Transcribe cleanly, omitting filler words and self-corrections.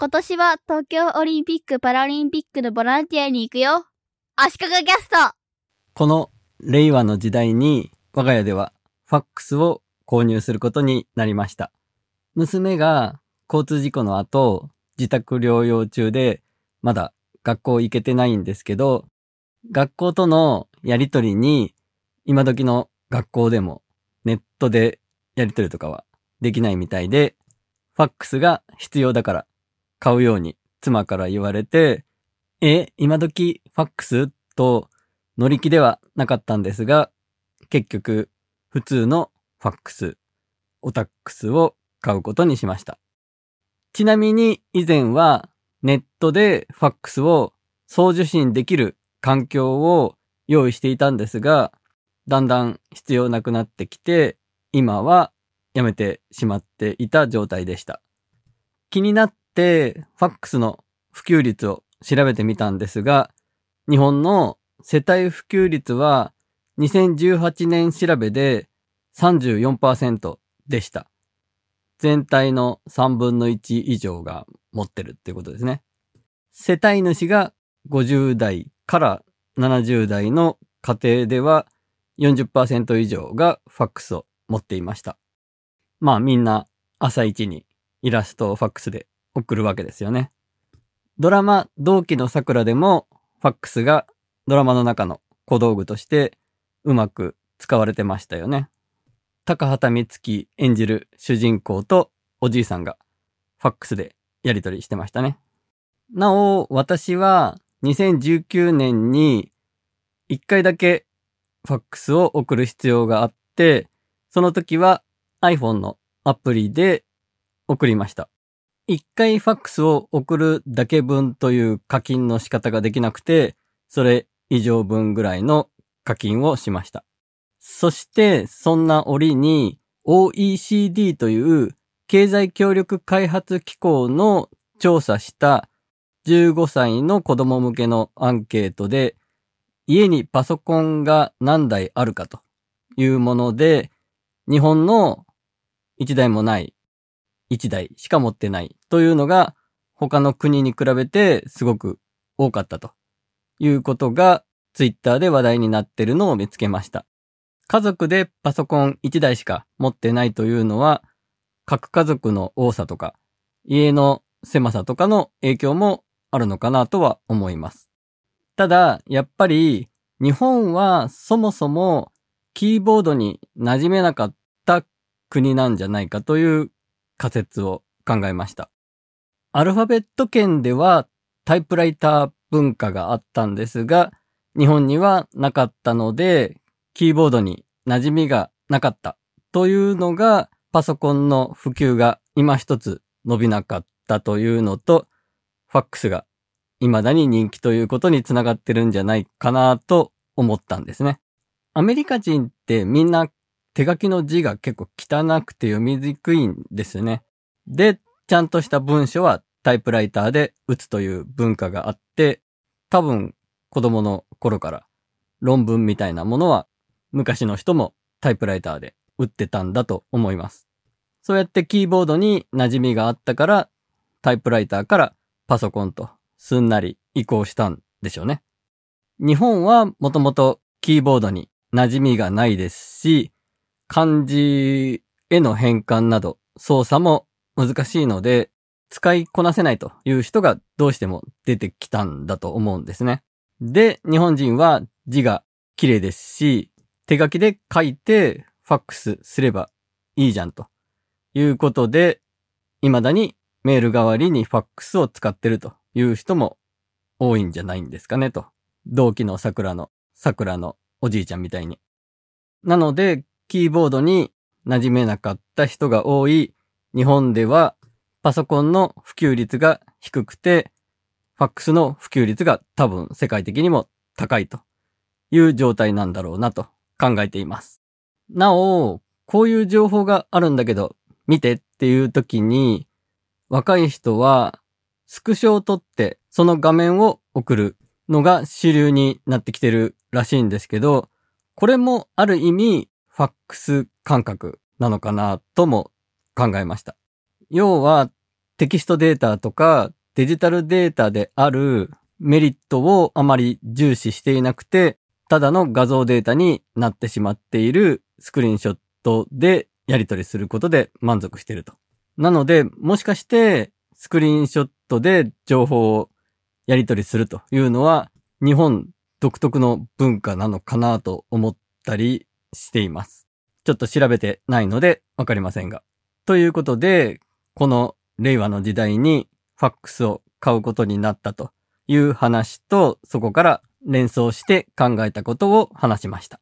今年は東京オリンピック・パラリンピックのボランティアに行くよ。足利キャスト。 この令和の時代に我が家ではファックスを購入することになりました。娘が交通事故の後、自宅療養中でまだ学校行けてないんですけど、学校とのやりとりに今時の学校でもネットでやりとりとかはできないみたいで、ファックスが必要だから買うように妻から言われて、今時ファックスと乗り気ではなかったんですが、結局普通のファックス、オタックスを買うことにしました。ちなみに以前はネットでファックスを送受信できる環境を用意していたんですが、だんだん必要なくなってきて、今はやめてしまっていた状態でした。気になってファックスの普及率を調べてみたんですが、日本の世帯普及率は2018年調べで 34% でした。全体の3分の1以上が持ってるってことですね。世帯主が50代から70代の家庭では 40% 以上がファックスを持っていました。まあみんな朝一にイラストをファックスで送るわけですよね。ドラマ同期の桜でもファックスがドラマの中の小道具としてうまく使われてましたよね。高畑充希演じる主人公とおじいさんがファックスでやり取りしてましたね。なお、私は2019年に1回だけファックスを送る必要があって、その時は iPhone のアプリで送りました。1回ファックスを送るだけ分という課金の仕方ができなくて、それ以上分ぐらいの課金をしました。そしてそんな折に OECD という経済協力開発機構の調査した15歳の子供向けのアンケートで、家にパソコンが何台あるかというもので、日本の1台もない1台しか持ってないというのが他の国に比べてすごく多かったということがツイッターで話題になっているのを見つけました。家族でパソコン1台しか持ってないというのは核家族の多さとか家の狭さとかの影響もあるのかなとは思います。ただやっぱり日本はそもそもキーボードに馴染めなかった国なんじゃないかという仮説を考えました。アルファベット圏ではタイプライター文化があったんですが、日本にはなかったので、キーボードに馴染みがなかったというのが、パソコンの普及が今一つ伸びなかったというのと、ファックスが未だに人気ということにつながってるんじゃないかなと思ったんですね。アメリカ人ってみんな手書きの字が結構汚くて読みにくいんですね。で、ちゃんとした文章はタイプライターで打つという文化があって、多分子供の頃から論文みたいなものは昔の人もタイプライターで打ってたんだと思います。そうやってキーボードに馴染みがあったからタイプライターからパソコンとすんなり移行したんでしょうね。日本はもともとキーボードに馴染みがないですし、漢字への変換など操作も難しいので使いこなせないという人がどうしても出てきたんだと思うんですね。で、日本人は字が綺麗ですし、手書きで書いてファックスすればいいじゃんということで、未だにメール代わりにファックスを使ってるという人も多いんじゃないんですかねと。同期の桜のおじいちゃんみたいに。なので、キーボードに馴染めなかった人が多い日本では、パソコンの普及率が低くて、ファックスの普及率が多分世界的にも高いという状態なんだろうなと考えています。なお、こういう情報があるんだけど、見てっていう時に、若い人はスクショを撮ってその画面を送るのが主流になってきてるらしいんですけど、これもある意味ファックス感覚なのかなとも考えました。要はテキストデータとかデジタルデータであるメリットをあまり重視していなくて、ただの画像データになってしまっているスクリーンショットでやり取りすることで満足していると。なので、もしかしてスクリーンショットで情報をやり取りするというのは日本独特の文化なのかなと思ったりしています。ちょっと調べてないのでわかりませんが。ということで、この令和の時代にファックスを買うことになったという話と、そこから連想して考えたことを話しました。